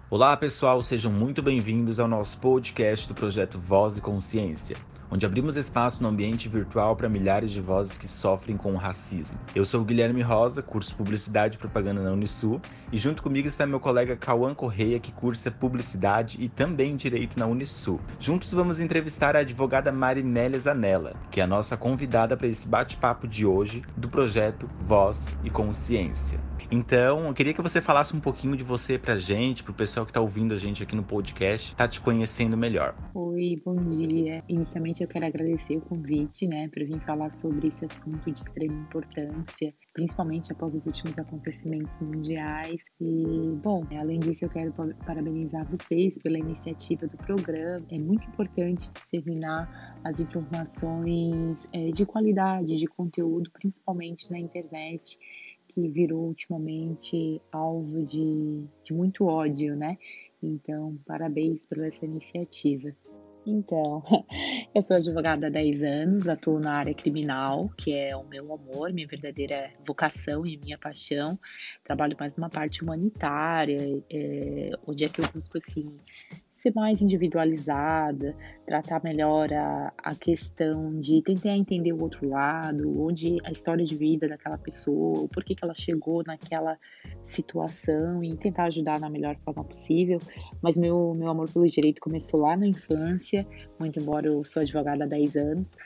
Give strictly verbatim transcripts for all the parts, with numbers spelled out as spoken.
Olá, pessoal, sejam muito bem-vindos ao nosso podcast do projeto Voz e Consciência, onde abrimos espaço no ambiente virtual para milhares de vozes que sofrem com o racismo. Eu sou o Guilherme Rosa, curso Publicidade e Propaganda na Unisul, e junto comigo está meu colega Cauã Correia, que cursa Publicidade e também Direito na Unisul. Juntos vamos entrevistar a advogada Marinélia Zanella, que é a nossa convidada para esse bate-papo de hoje do projeto Voz e Consciência. Então, eu queria que você falasse um pouquinho de você pra gente, pro pessoal que tá ouvindo a gente aqui no podcast, tá te conhecendo melhor. Oi, bom dia. Inicialmente eu quero agradecer o convite, né, para vir falar sobre esse assunto de extrema importância, principalmente após os últimos acontecimentos mundiais. E, bom, além disso eu quero parabenizar vocês pela iniciativa do programa. É muito importante disseminar as informações é, de qualidade, de conteúdo, principalmente na internet, que virou ultimamente alvo de, de muito ódio, né? Então, parabéns por essa iniciativa. Então, eu sou advogada há dez anos, atuo na área criminal, que é o meu amor, minha verdadeira vocação e minha paixão. Trabalho mais numa parte humanitária, é, onde é que eu busco, assim, ser mais individualizada, tratar melhor a, a questão de tentar entender o outro lado, onde a história de vida daquela pessoa, por que que ela chegou naquela situação e tentar ajudar na melhor forma possível. Mas meu, meu amor pelo direito começou lá na infância, muito embora eu sou advogada há dez anos,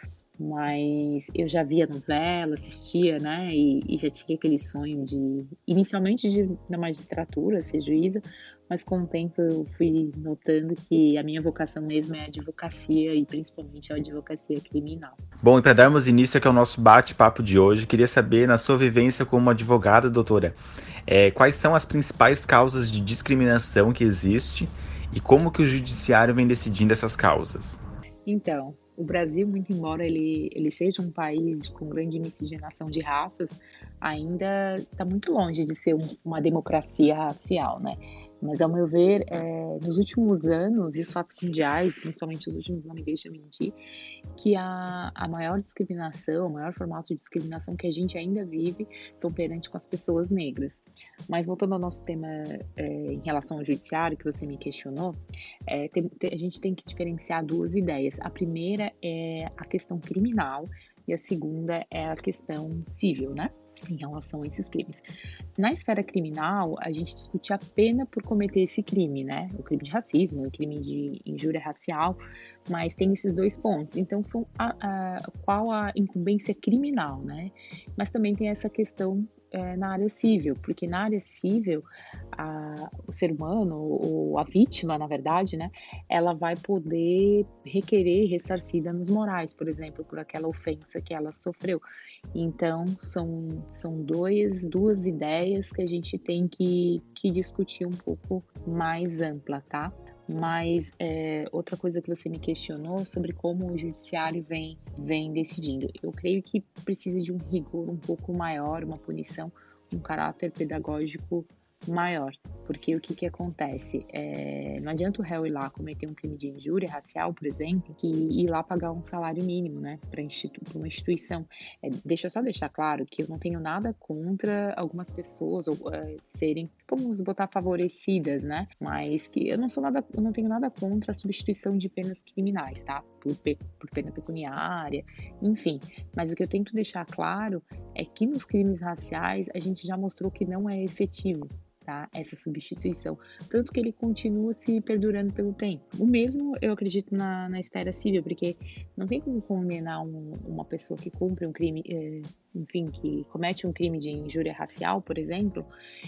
mas eu já via novela, assistia, né, e, e já tinha aquele sonho de, inicialmente de, na magistratura, ser juíza, mas com o tempo eu fui notando que a minha vocação mesmo é a advocacia e principalmente a advocacia criminal. Bom, e para darmos início aqui ao nosso bate-papo de hoje, queria saber, na sua vivência como advogada, doutora, é, quais são as principais causas de discriminação que existe e como que o judiciário vem decidindo essas causas? Então, o Brasil, muito embora ele, ele seja um país com grande miscigenação de raças, ainda está muito longe de ser um, uma democracia racial, né? Mas, ao meu ver, é, nos últimos anos, e os fatos mundiais, principalmente os últimos, não me deixam mentir, que a, a maior discriminação, o maior formato de discriminação que a gente ainda vive são perante com as pessoas negras. Mas voltando ao nosso tema é, em relação ao judiciário, que você me questionou, é, tem, tem, a gente tem que diferenciar duas ideias. A primeira é a questão criminal e a segunda é a questão civil, né? Em relação a esses crimes. Na esfera criminal, a gente discute a pena por cometer esse crime, né? O crime de racismo, o crime de injúria racial, mas tem esses dois pontos. Então, são a, a, qual a incumbência criminal, né? Mas também tem essa questão é, na área civil, porque na área civil, a, o ser humano, ou a vítima, na verdade, né? Ela vai poder requerer ressarcir danos morais, por exemplo, por aquela ofensa que ela sofreu. Então, são, são dois, duas ideias que a gente tem que, que discutir um pouco mais ampla, tá? Mas é, outra coisa que você me questionou sobre como o judiciário vem, vem decidindo. Eu creio que precisa de um rigor um pouco maior, uma punição, um caráter pedagógico maior, porque o que que acontece? É, não adianta o réu ir lá cometer um crime de injúria racial, por exemplo, que ir lá pagar um salário mínimo, né, para institu uma instituição. É, deixa eu só deixar claro que eu não tenho nada contra algumas pessoas ou, é, serem, vamos botar, favorecidas, né, mas que eu não sou nada, eu não tenho nada contra a substituição de penas criminais, tá, por, pe por pena pecuniária, enfim. Mas o que eu tento deixar claro é que nos crimes raciais a gente já mostrou que não é efetivo. Tá? Essa substituição, tanto que ele continua se perdurando pelo tempo. O mesmo eu acredito na, na esfera civil, porque não tem como condenar um, uma pessoa que cumpre um crime, é, enfim, que comete um crime de injúria racial, por exemplo,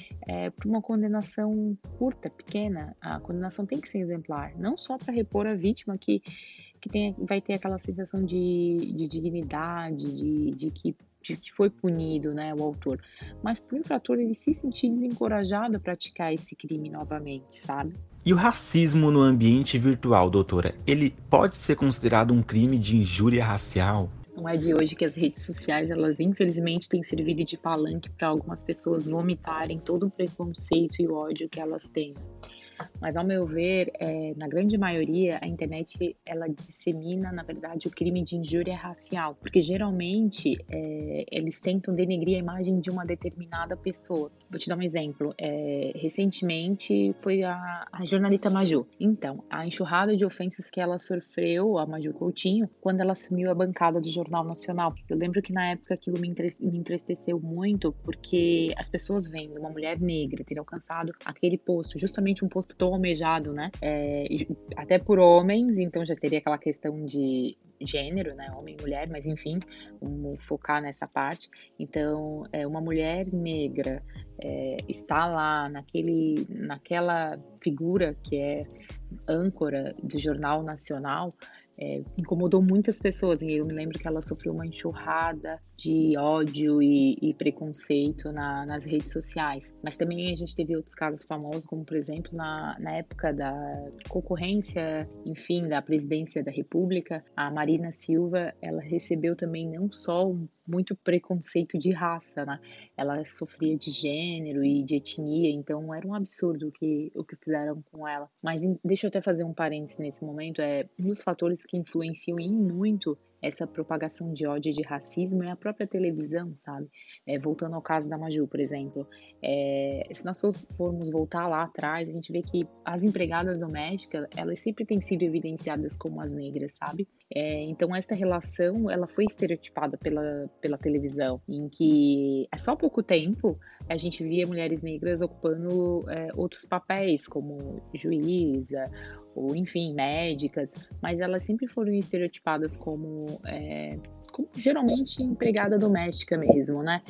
é, por uma condenação curta, pequena. A condenação tem que ser exemplar, não só para repor a vítima que, que tem, vai ter aquela sensação de, de dignidade, de, de que de que foi punido, né, o autor, mas para o infrator ele se sentir desencorajado a praticar esse crime novamente, sabe? E o racismo no ambiente virtual, doutora, ele pode ser considerado um crime de injúria racial? Não é de hoje que as redes sociais, elas infelizmente têm servido de palanque para algumas pessoas vomitarem todo o preconceito e o ódio que elas têm. Mas ao meu ver, eh, na grande maioria, a internet ela dissemina, na verdade, o crime de injúria racial, porque geralmente, eh, eles tentam denegrir a imagem de uma determinada pessoa. Vou te dar um exemplo, eh, recentemente foi a a jornalista Maju. Então, a enxurrada de ofensas que ela sofreu, a Maju Coutinho, quando ela assumiu a bancada do Jornal Nacional. Eu lembro que na época aquilo me entres me entristeceu muito, porque as pessoas vendo uma mulher negra ter alcançado aquele posto, justamente um posto tão almejado, né, eh, até por homens, então já teria aquela questão de gênero, né, homem e mulher, mas enfim, vamos focar nessa parte. Então, é uma mulher negra, eh, está lá naquele naquela figura que é âncora do Jornal Nacional, eh, incomodou muitas pessoas, e eu me lembro que ela sofreu uma enxurrada de ódio e e preconceito na nas redes sociais. Mas também a gente teve outros casos famosos, como por exemplo, na na época da concorrência, enfim, da presidência da república, a Marina Silva, ela recebeu também não só um muito preconceito de raça, né, ela sofria de gênero e de etnia, então era um absurdo o que o que fizeram com ela. Mas em deixa eu até fazer um parênteses nesse momento, é um dos fatores que influenciam em muito essa propagação de ódio e de racismo é a própria televisão, sabe. Eh, voltando ao caso da Maju, por exemplo, eh, se nós fos formos voltar lá atrás, a gente vê que as empregadas domésticas, elas sempre têm sido evidenciadas como as negras, sabe. Eh, então essa relação, ela foi estereotipada pela pela televisão, em que há só pouco tempo a gente via mulheres negras ocupando, eh, outros papéis, como juíza ou enfim, médicas, mas elas sempre foram estereotipadas como, eh, como geralmente empregada doméstica mesmo, né.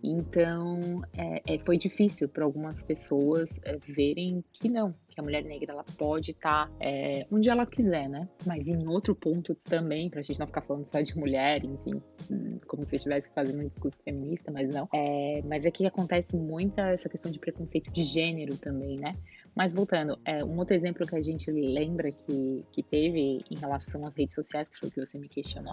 Então, eh eh, foi difícil para algumas pessoas, eh, verem que não, que a mulher negra ela pode estar, eh, onde ela quiser, né. Mas em outro ponto também, pra gente não ficar falando só de mulher, enfim, hum, como se eu estivesse fazendo um discurso feminista, mas não. Eh, mas é que acontece muita essa questão de preconceito de gênero também, né. Mas voltando, eh, um outro exemplo que a gente lembra que que teve em relação às redes sociais, que foi o que você me questionou,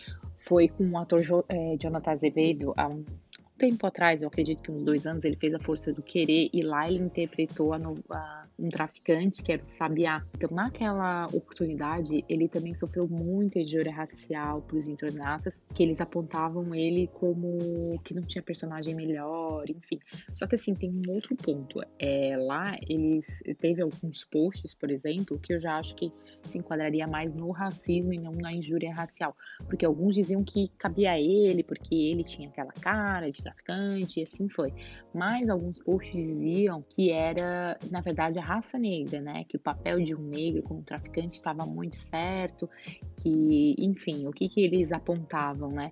foi com o ator Jo eh, Jonathan Azevedo, há um tempo atrás, eu acredito que uns dois anos, ele fez A Força do Querer e lá ele interpretou a no a um traficante que era o Sabiá. Então naquela oportunidade, ele também sofreu muita injúria racial para os internautas, que eles apontavam ele como que não tinha personagem melhor, enfim. Só que assim, tem um outro ponto, eh, lá eles teve alguns posts, por exemplo, que eu já acho que se enquadraria mais no racismo e não na injúria racial, porque alguns diziam que cabia a ele, porque ele tinha aquela cara de traficante e assim foi. Mas alguns posts diziam que era, na verdade, a raça negra, né, que o papel de um negro como traficante estava muito certo, que, enfim, o que que eles apontavam, né,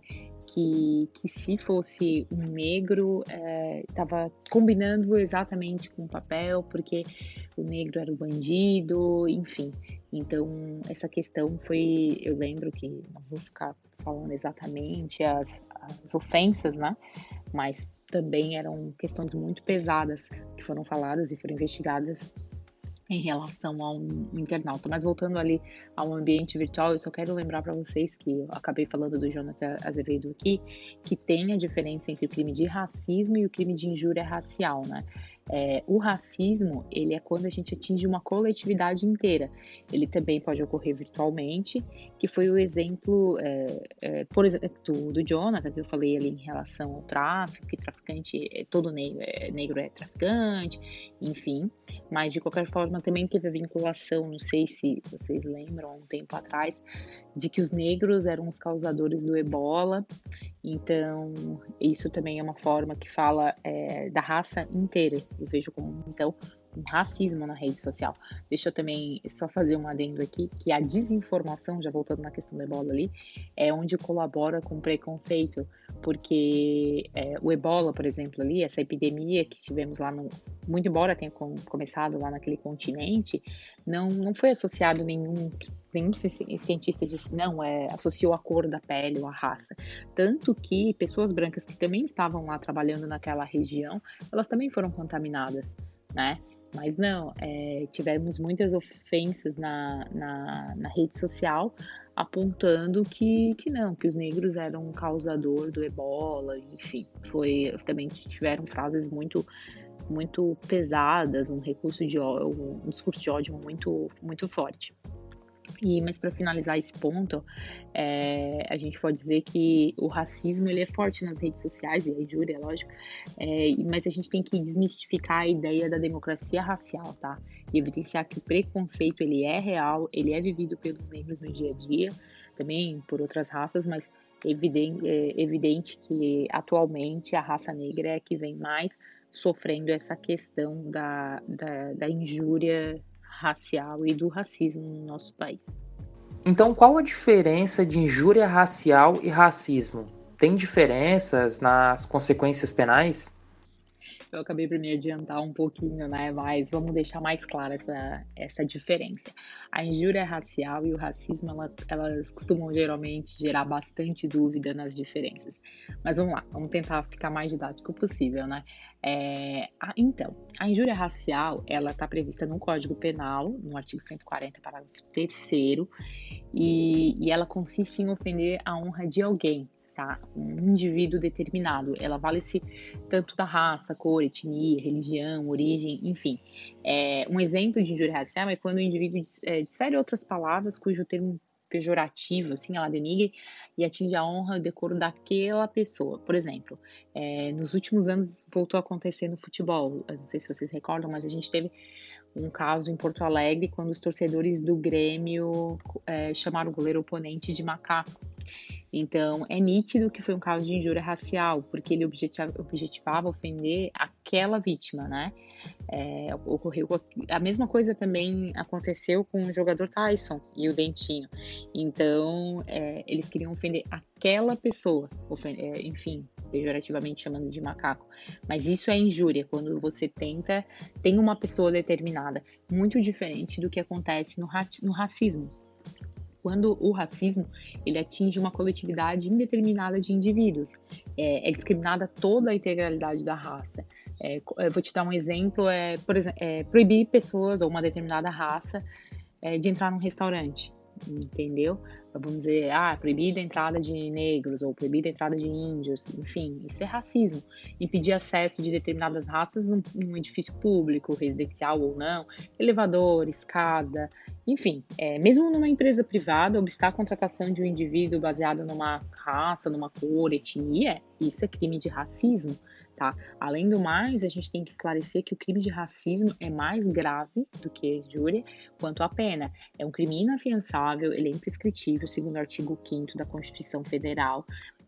que que se fosse um negro, eh, estava combinando exatamente com o papel, porque o negro era o bandido, enfim. Então essa questão foi eu lembro que não vou ficar falando exatamente as as ofensas, né, mas também eram questões muito pesadas que foram faladas e foram investigadas em relação a um internauta. Mas voltando ali ao ambiente virtual, eu só quero lembrar para vocês que eu acabei falando do Jonathan Azevedo aqui, que tem a diferença entre o crime de racismo e o crime de injúria racial, né. Eh, o racismo, ele é quando a gente atinge uma coletividade inteira. Ele também pode ocorrer virtualmente, que foi o exemplo, eh eh, por exemplo, do do Jonathan, que eu falei ali em relação ao tráfico, que traficante, eh, todo negro é negro é traficante, enfim. Mas de qualquer forma também teve a vinculação, não sei se vocês lembram, há um tempo atrás, de que os negros eram os causadores do ebola, então isso também é uma forma que fala, eh, da raça inteira. Eu vejo como, então, um racismo na rede social. Deixa eu também só fazer um adendo aqui, que a desinformação, já voltando na questão do ebola ali, é onde colabora com o preconceito, porque, eh, o ebola, por exemplo, ali, essa epidemia que tivemos lá no muito embora tenha com começado lá naquele continente, não não foi associado nenhum nenhum ci cientista disse: "Não, eh, associou a cor da pele ou a raça". Tanto que pessoas brancas que também estavam lá trabalhando naquela região, elas também foram contaminadas, né. Mas não, eh, tivemos muitas ofensas na na na rede social, apontando que que não, que os negros eram o causador do ebola, enfim, foi também tiveram frases muito muito pesadas, um recurso de ó um discurso de ódio muito muito forte. E mas para finalizar esse ponto, eh, a gente pode dizer que o racismo ele é forte nas redes sociais, e a injúria, lógico, eh, e mas a gente tem que desmistificar a ideia da democracia racial, tá? E evidenciar que o preconceito ele é real, ele é vivido pelos negros no dia a dia, também por outras raças, mas eviden é evidente que atualmente a raça negra é a que vem mais sofrendo essa questão da da da injúria racial e do racismo no nosso país. Então, qual a diferença de injúria racial e racismo? Tem diferenças nas consequências penais? Eu acabei por me adiantar um pouquinho, né, mas vamos deixar mais clara essa essa diferença. A injúria racial e o racismo, ela elas costumam geralmente gerar bastante dúvida nas diferenças. Mas vamos lá, vamos tentar ficar mais didático possível, né. Eh, a então, a injúria racial, ela está prevista no Código Penal, no artigo cento e quarenta, parágrafo terceiro, e e ela consiste em ofender a honra de alguém, tá, um indivíduo determinado. Ela vale-se tanto da raça, cor, etnia, religião, origem, enfim. Eh, um exemplo de injúria racial é quando o indivíduo des eh, desfere outras palavras cujo termo pejorativo, assim, ela denigre e atinge a honra e o decoro daquela pessoa. Por exemplo, eh, nos últimos anos voltou a acontecer no futebol, eu não sei se vocês recordam, mas a gente teve um caso em Porto Alegre, quando os torcedores do Grêmio, eh, chamaram o goleiro oponente de macaco. Então, é nítido que foi um caso de injúria racial, porque ele objetiva objetivava ofender aquela vítima, né. Eh, ocorreu a mesma coisa também aconteceu com o jogador Taison e o Dentinho. Então, eh, eles queriam ofender aquela pessoa, ofen eh, enfim, pejorativamente chamando de macaco. Mas isso é injúria, quando você tenta tem uma pessoa determinada, muito diferente do que acontece no rati no racismo. Quando o racismo, ele atinge uma coletividade indeterminada de indivíduos, é é discriminada toda a integralidade da raça. Eh, eu vou te dar um exemplo, é por exemplo, eh, proibir pessoas ou uma determinada raça, eh, de entrar num restaurante, entendeu? Vamos dizer, ah, proibida a entrada de negros ou proibida a entrada de índios, enfim, isso é racismo. Impedir acesso de determinadas raças num num edifício público, residencial ou não, elevador, escada, enfim, eh, mesmo numa empresa privada, obstar a contratação de um indivíduo baseado numa raça, numa cor, etnia, isso é crime de racismo, tá? Além do mais, a gente tem que esclarecer que o crime de racismo é mais grave do que a injúria quanto à pena. É um crime inafiançável, ele é imprescritível, segundo o artigo quinto da Constituição Federal,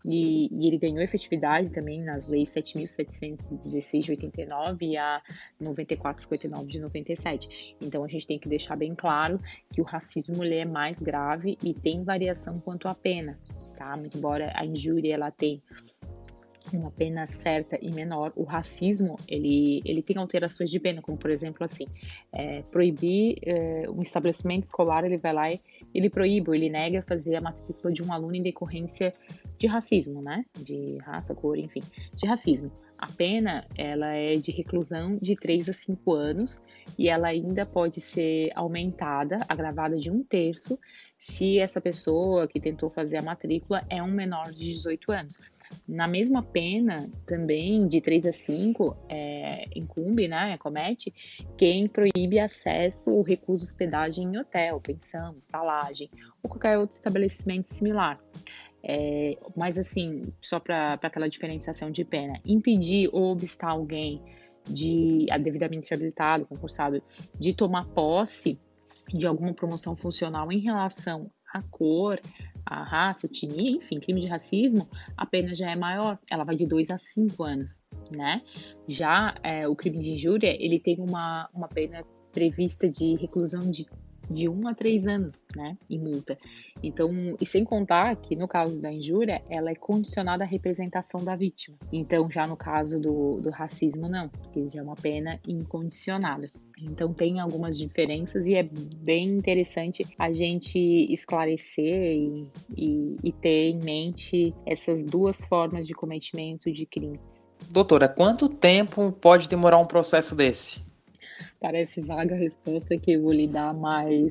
e e ele ganhou efetividade também nas leis sete mil setecentos e dezesseis de oitenta e nove e a noventa e quatro cinquenta e nove de noventa e sete. Então a gente tem que deixar bem claro que o racismo ele é mais grave e tem variação quanto à pena, tá? Muito embora a injúria ela tem uma pena certa e menor, o racismo ele ele tem alterações de pena, como por exemplo, assim, eh, proibir, eh, um estabelecimento escolar, ele vai lá e ele proíbe ou ele nega fazer a matrícula de um aluno em decorrência de racismo, né, de raça, cor, enfim, de racismo. A pena, ela é de reclusão de três a cinco anos e ela ainda pode ser aumentada, agravada de um terço, se essa pessoa que tentou fazer a matrícula é um menor de dezoito anos. Na mesma pena, também, de três a cinco, eh, incumbe, né, comete quem proíbe acesso ou recusa hospedagem em hotel, pensão, estalagem ou qualquer outro estabelecimento similar. Eh, mas assim, só para aquela diferenciação de pena, impedir ou obstar alguém de devidamente habilitado, concursado, de tomar posse de alguma promoção funcional em relação à cor, à raça, etnia, enfim, crime de racismo, a pena já é maior, ela vai de dois a cinco anos, né? Já eh, o crime de injúria, ele tem uma, uma pena prevista de reclusão de de um a três anos, né, e multa. Então, e sem contar que no caso da injúria, ela é condicionada à representação da vítima. Então, já no caso do, do racismo, não, porque já é uma pena incondicionada. Então, tem algumas diferenças e é bem interessante a gente esclarecer e, e, e ter em mente essas duas formas de cometimento de crimes. Doutora, quanto tempo pode demorar um processo desse? Parece vaga a resposta que eu vou lhe dar, mas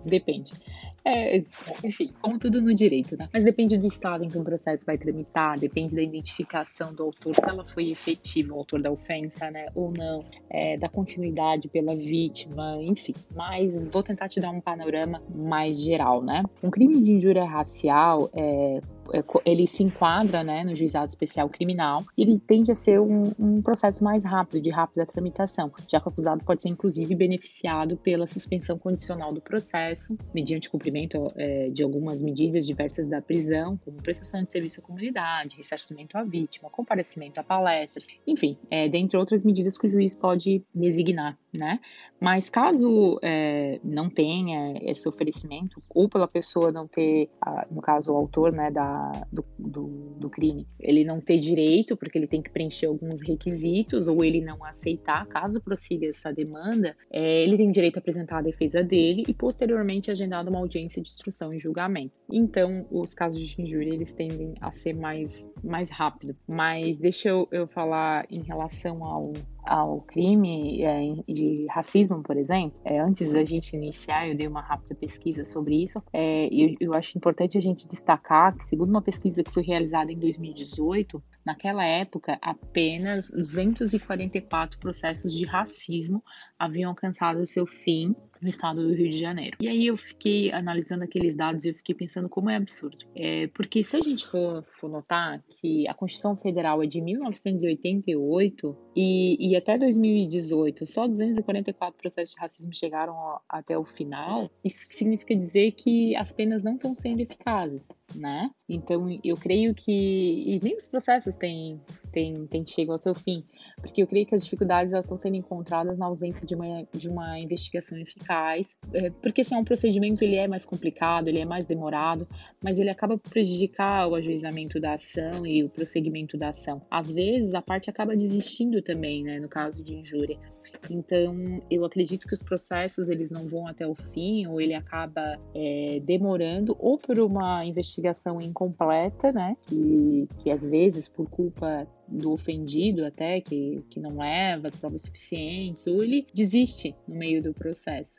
depende. É, enfim, como tudo no direito, né? Mas depende do estado em que um processo vai tramitar, depende da identificação do autor, se ela foi efetiva, o autor da ofensa, né, ou não, é, da continuidade pela vítima, enfim. Mas vou tentar te dar um panorama mais geral, né? Um crime de injúria racial é ele se enquadra, né, no juizado especial criminal e ele tende a ser um, um processo mais rápido, de rápida tramitação, já que o acusado pode ser inclusive beneficiado pela suspensão condicional do processo, mediante cumprimento é, de algumas medidas diversas da prisão, como prestação de serviço à comunidade, ressarcimento à vítima, comparecimento a palestras, enfim, é, dentre outras medidas que o juiz pode designar, né? Mas caso é, não tenha esse oferecimento, ou pela pessoa não ter, no caso o autor, né, da Do, do, do crime, ele não ter direito, porque ele tem que preencher alguns requisitos, ou ele não aceitar, caso prossiga essa demanda, é, ele tem direito a apresentar a defesa dele e posteriormente agendar uma audiência de instrução e julgamento. Então, os casos de injúria, eles tendem a ser mais, mais rápido. Mas deixa eu, eu falar em relação ao ao crime é, de racismo, por exemplo. É, antes da gente iniciar, eu dei uma rápida pesquisa sobre isso. É, eu, eu acho importante a gente destacar que, segundo uma pesquisa que foi realizada em dois mil e dezoito, naquela época, apenas duzentos e quarenta e quatro processos de racismo haviam alcançado o seu fim no estado do Rio de Janeiro. E aí eu fiquei analisando aqueles dados e eu fiquei pensando como é absurdo. É, porque se a gente for, for notar que a Constituição Federal é de mil novecentos e oitenta e oito e, e até dois mil e dezoito só duzentos e quarenta e quatro processos de racismo chegaram a, até o final, isso significa dizer que as penas não estão sendo eficazes, né? Então eu creio que, e nem os processos têm, têm, têm chegado ao seu fim, porque eu creio que as dificuldades elas estão sendo encontradas na ausência de uma, de uma investigação eficaz, é, porque se é um procedimento, ele é mais complicado, ele é mais demorado, mas ele acaba por prejudicar o ajuizamento da ação e o prosseguimento da ação. Às vezes a parte acaba desistindo também, né, no caso de injúria. Então, eu acredito que os processos eles não vão até o fim, ou ele acaba é, demorando, ou por uma investigação incompleta, né, que, que às vezes por culpa do ofendido até, que, que não leva as provas suficientes, ou ele desiste no meio do processo.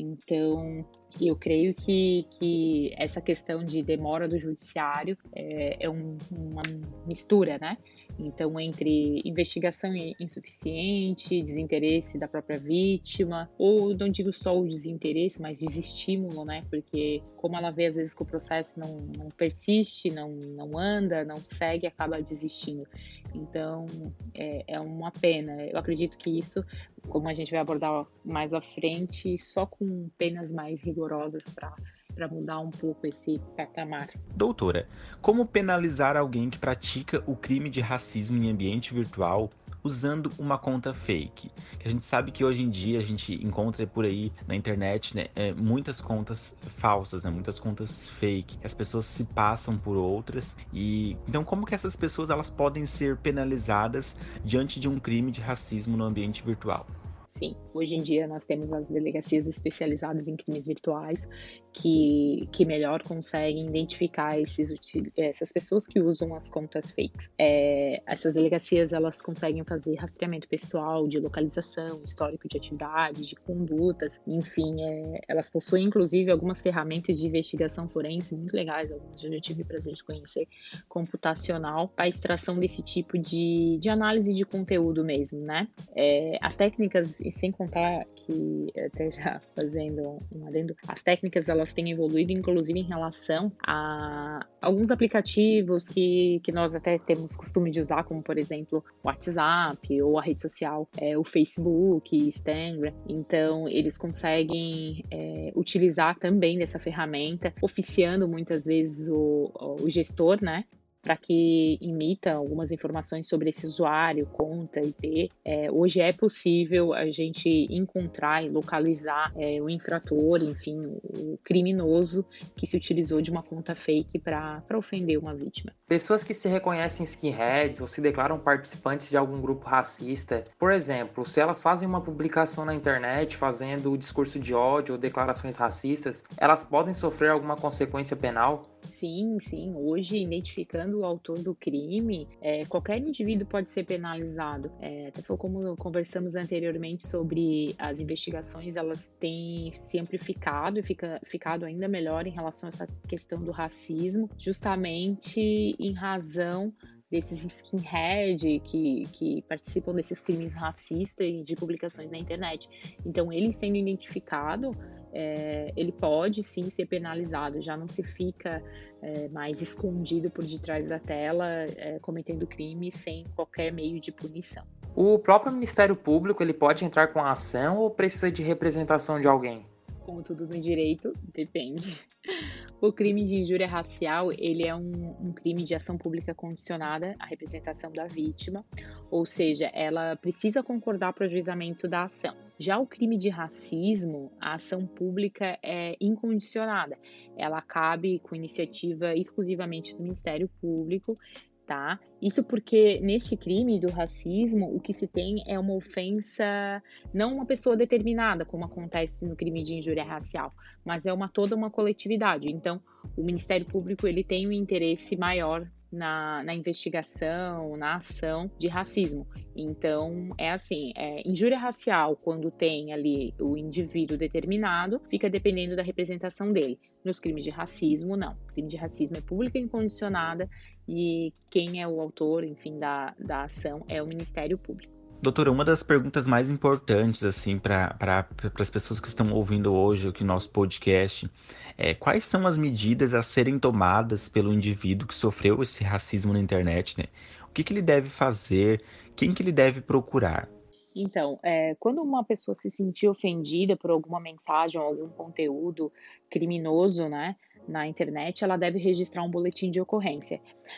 Então, eu creio que, que essa questão de demora do judiciário é, é um, uma mistura, né? Então, entre investigação insuficiente, desinteresse da própria vítima, ou não digo só o desinteresse, mas desestímulo, né? Porque como ela vê às vezes que o processo não, não persiste, não, não anda, não segue, acaba desistindo. Então, é, é uma pena. Eu acredito que isso, como a gente vai abordar mais à frente, só com penas mais rigorosas para para mudar um pouco esse patamar. Doutora, como penalizar alguém que pratica o crime de racismo em ambiente virtual usando uma conta fake? Que a gente sabe que hoje em dia a gente encontra por aí na internet, né, é, muitas contas falsas, né, muitas contas fake. As pessoas se passam por outras e então como que essas pessoas elas podem ser penalizadas diante de um crime de racismo no ambiente virtual? Sim, hoje em dia nós temos as delegacias especializadas em crimes virtuais que, que melhor conseguem identificar esses, essas pessoas que usam as contas fakes. É, essas delegacias elas conseguem fazer rastreamento pessoal, de localização, histórico de atividade, de condutas, enfim, é, elas possuem inclusive algumas ferramentas de investigação forense muito legais, algumas eu já tive o prazer de conhecer, computacional, para a extração desse tipo de, de análise de conteúdo mesmo, né? É, as técnicas e sem contar que, até já fazendo um adendo, as técnicas elas têm evoluído inclusive em relação a alguns aplicativos que, que nós até temos costume de usar, como por exemplo o WhatsApp ou a rede social, é, o Facebook, Instagram. Então eles conseguem é, utilizar também dessa ferramenta, oficiando muitas vezes o, o gestor, né? Para que imita algumas informações sobre esse usuário, conta, I P. É, hoje é possível a gente encontrar e localizar é, o infrator, enfim, o criminoso que se utilizou de uma conta fake para ofender uma vítima. Pessoas que se reconhecem skinheads ou se declaram participantes de algum grupo racista, por exemplo, se elas fazem uma publicação na internet fazendo discurso de ódio ou declarações racistas, elas podem sofrer alguma consequência penal? Sim, sim. Hoje, identificando o autor do crime, eh, qualquer indivíduo pode ser penalizado. Eh, até foi como conversamos anteriormente sobre as investigações, elas têm se amplificado e fica, ficado ainda melhor em relação a essa questão do racismo, justamente em razão desses skinhead que, que participam desses crimes racistas e de publicações na internet. Então, ele sendo identificado, é, ele pode sim ser penalizado, já não se fica é, mais escondido por detrás da tela, é, cometendo crime sem qualquer meio de punição. O próprio Ministério Público, ele pode entrar com a ação ou precisa de representação de alguém? Como tudo no direito, depende. O crime de injúria racial, ele é um, um crime de ação pública condicionada à representação da vítima, ou seja, ela precisa concordar para o ajuizamento da ação. Já o crime de racismo, a ação pública é incondicionada. Ela cabe com iniciativa exclusivamente do Ministério Público, tá? Isso porque neste crime do racismo, o que se tem é uma ofensa, não uma pessoa determinada, como acontece no crime de injúria racial, mas é uma toda uma coletividade. Então, o Ministério Público ele tem um interesse maior na, na investigação, na ação de racismo. Então, é assim, é, injúria racial, quando tem ali o indivíduo determinado, fica dependendo da representação dele. Nos crimes de racismo, não. O crime de racismo é pública incondicionada e quem é o autor, enfim, da, da ação é o Ministério Público. Doutora, uma das perguntas mais importantes, assim, para pra, as pessoas que estão ouvindo hoje aqui o nosso podcast, é quais são as medidas a serem tomadas pelo indivíduo que sofreu esse racismo na internet, né? O que que ele deve fazer? Quem que ele deve procurar? Então, é, quando uma pessoa se sentir ofendida por alguma mensagem ou algum conteúdo criminoso, né, na internet, ela deve registrar um boletim de ocorrência.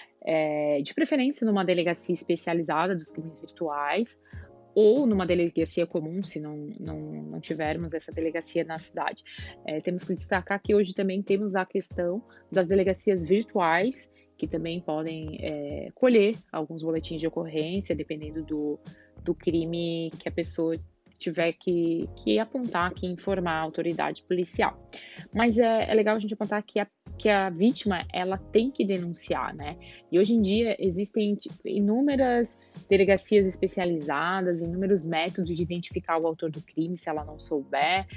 É, de preferência numa delegacia especializada dos crimes virtuais ou numa delegacia comum, se não, não, não tivermos essa delegacia na cidade. É, temos que destacar que hoje também temos a questão das delegacias virtuais, que também podem é, colher alguns boletins de ocorrência, dependendo do, do crime que a pessoa tiver que, que apontar, que informar a autoridade policial. Mas é, é legal a gente apontar que a, que a vítima, ela tem que denunciar, né? E hoje em dia existem tipo, inúmeras delegacias especializadas, inúmeros métodos de identificar o autor do crime, se ela não souber.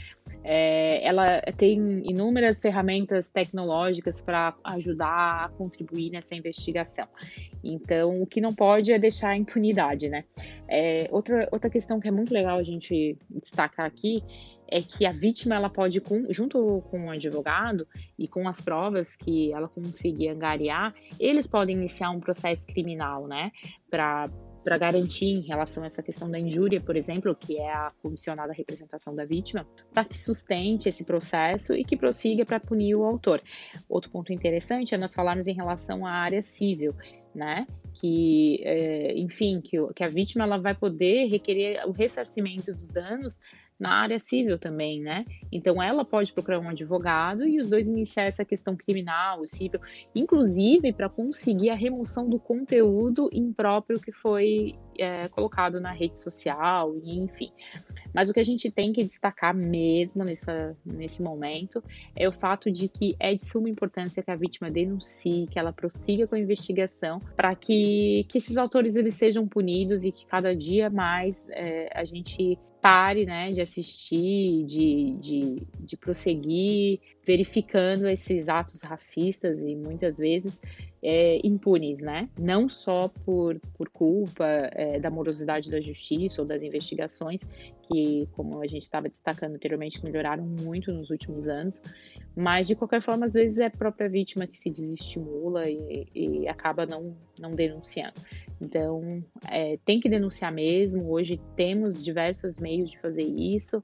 É, ela tem inúmeras ferramentas tecnológicas para ajudar a contribuir nessa investigação. Então, o que não pode é deixar a impunidade, né? É, outra, outra questão que é muito legal a gente destacar aqui é que a vítima, ela pode, junto com o advogado e com as provas que ela conseguir angariar, eles podem iniciar um processo criminal, né? Para para garantir em relação a essa questão da injúria, por exemplo, que é a condicionada representação da vítima, para que sustente esse processo e que prossiga para punir o autor. Outro ponto interessante é nós falarmos em relação à área civil, né? Que, é, enfim, que, que a vítima ela vai poder requerer o ressarcimento dos danos na área civil também, né? Então, ela pode procurar um advogado e os dois iniciar essa questão criminal, civil, inclusive para conseguir a remoção do conteúdo impróprio que foi é, colocado na rede social, e enfim. Mas o que a gente tem que destacar mesmo nessa, nesse momento é o fato de que é de suma importância que a vítima denuncie, que ela prossiga com a investigação, para que, que esses autores eles sejam punidos e que cada dia mais é, a gente pare, né, de assistir, de, de, de prosseguir verificando esses atos racistas e muitas vezes é, impunes, né? Não só por, por culpa é, da morosidade da justiça ou das investigações, que, como a gente estava destacando anteriormente, melhoraram muito nos últimos anos, mas de qualquer forma, às vezes é a própria vítima que se desestimula e, e acaba não, não denunciando. Então, é, tem que denunciar mesmo. Hoje temos diversos meios de fazer isso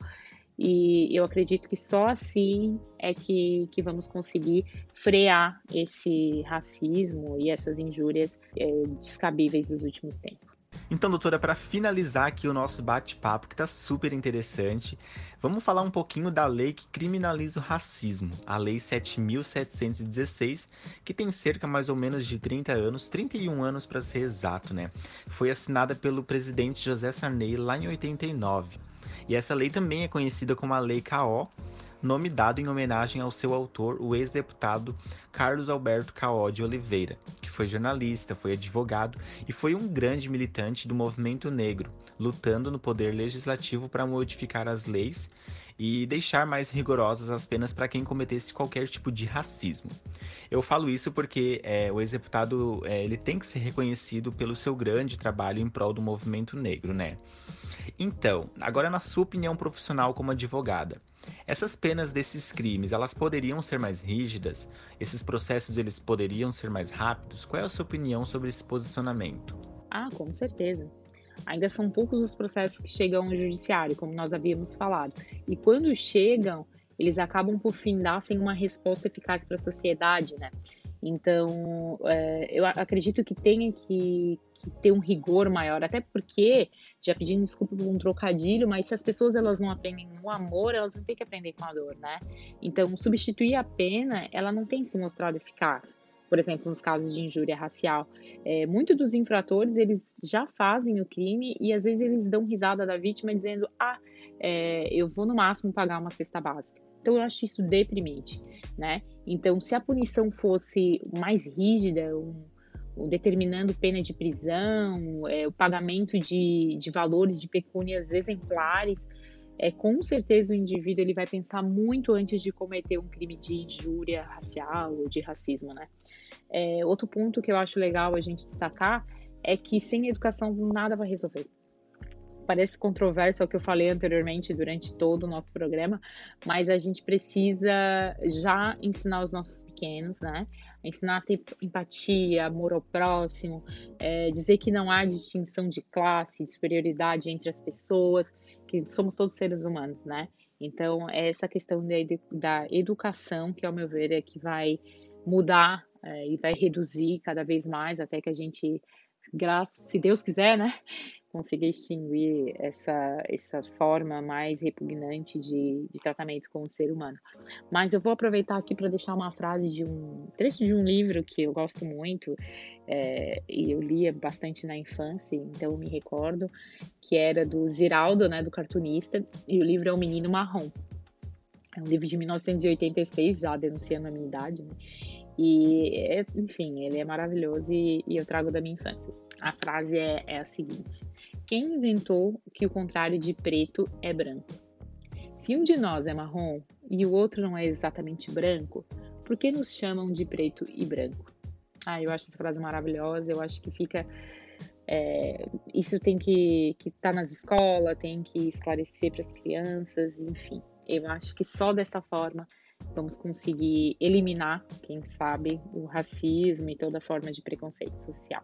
e eu acredito que só assim é que, que vamos conseguir frear esse racismo e essas injúrias é, descabíveis dos últimos tempos. Então, doutora, para finalizar aqui o nosso bate-papo, que está super interessante, vamos falar um pouquinho da lei que criminaliza o racismo, a Lei sete mil setecentos e dezesseis, que tem cerca mais ou menos de trinta anos, trinta e um anos para ser exato, né? Foi assinada pelo presidente José Sarney lá em oitenta e nove. E essa lei também é conhecida como a Lei K O, nome dado em homenagem ao seu autor, o ex-deputado Carlos Alberto Caó de Oliveira, que foi jornalista, foi advogado e foi um grande militante do movimento negro, lutando no poder legislativo para modificar as leis e deixar mais rigorosas as penas para quem cometesse qualquer tipo de racismo. Eu falo isso porque é, o ex-deputado é, ele tem que ser reconhecido pelo seu grande trabalho em prol do movimento negro, né? Então, agora na sua opinião profissional como advogada, essas penas desses crimes, elas poderiam ser mais rígidas? Esses processos, eles poderiam ser mais rápidos? Qual é a sua opinião sobre esse posicionamento? Ah, com certeza. Ainda são poucos os processos que chegam ao judiciário, como nós havíamos falado. E quando chegam, eles acabam por findar sem uma resposta eficaz para a sociedade, né? Então, é, eu acredito que tenha que, que ter um rigor maior, até porque, já pedindo desculpa por um trocadilho, mas se as pessoas elas não aprendem no amor, elas vão ter que aprender com a dor, né? Então, substituir a pena, ela não tem se mostrado eficaz. Por exemplo, nos casos de injúria racial, é, muitos dos infratores, eles já fazem o crime e às vezes eles dão risada da vítima dizendo, ah, é, eu vou no máximo pagar uma cesta básica. Então, eu acho isso deprimente, né? Então, se a punição fosse mais rígida, um, um determinando pena de prisão, é, o pagamento de, de valores de pecúnias exemplares, é, com certeza o indivíduo ele vai pensar muito antes de cometer um crime de injúria racial ou de racismo, né? É, outro ponto que eu acho legal a gente destacar é que sem educação nada vai resolver. Parece controverso o que eu falei anteriormente durante todo o nosso programa, mas a gente precisa já ensinar os nossos pequenos, né? Ensinar a ter empatia, amor ao próximo, é, dizer que não há distinção de classe, de superioridade entre as pessoas, que somos todos seres humanos, né? Então, é essa questão da, da educação que, ao meu ver, é que vai mudar é, e vai reduzir cada vez mais até que a gente, graças, se Deus quiser, né? Conseguir extinguir essa, essa forma mais repugnante de, de tratamento com o ser humano. Mas eu vou aproveitar aqui para deixar uma frase de um trecho de um livro que eu gosto muito, é, e eu lia bastante na infância, então eu me recordo, que era do Ziraldo, né, do cartunista, e o livro é O Menino Marrom. É um livro de mil novecentos e oitenta e seis, já denunciando a minha idade, né? E, enfim, ele é maravilhoso e, e eu trago da minha infância. A frase é, é a seguinte: quem inventou que o contrário de preto é branco? Se um de nós é marrom e o outro não é exatamente branco, por que nos chamam de preto e branco? Ah, eu acho essa frase maravilhosa, eu acho que fica... É, isso tem que estar tá nas escolas, tem que esclarecer para as crianças, enfim. Eu acho que só dessa forma vamos conseguir eliminar, quem sabe, o racismo e toda forma de preconceito social.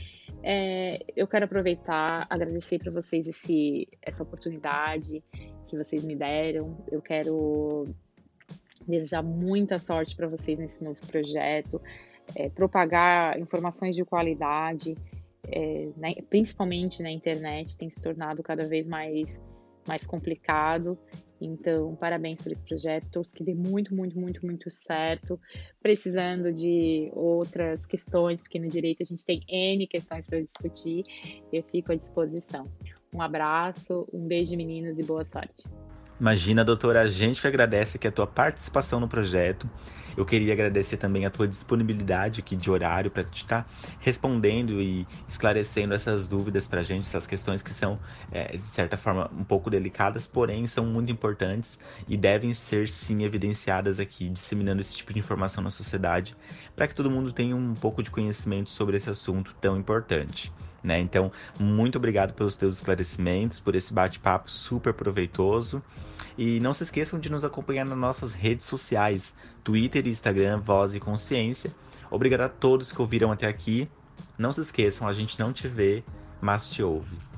É, eu quero aproveitar, agradecer para vocês esse, essa oportunidade que vocês me deram. Eu quero desejar muita sorte para vocês nesse novo projeto, é, propagar informações de qualidade, é, né, principalmente na internet, tem se tornado cada vez mais, mais complicado. Então, parabéns por esse projeto, que dê muito, muito, muito, muito certo. Precisando de outras questões, porque no direito a gente tem N questões para discutir, eu fico à disposição. Um abraço, um beijo, meninos, e boa sorte. Imagina, doutora, a gente que agradece aqui a tua participação no projeto. Eu queria agradecer também a tua disponibilidade aqui de horário para te estar respondendo e esclarecendo essas dúvidas para a gente, essas questões que são, é, de certa forma, um pouco delicadas, porém são muito importantes e devem ser, sim, evidenciadas aqui, disseminando esse tipo de informação na sociedade, para que todo mundo tenha um pouco de conhecimento sobre esse assunto tão importante. Né? Então, muito obrigado pelos teus esclarecimentos, por esse bate-papo super proveitoso. E não se esqueçam de nos acompanhar nas nossas redes sociais, Twitter e Instagram, Voz e Consciência. Obrigado a todos que ouviram até aqui. Não se esqueçam, a gente não te vê, mas te ouve.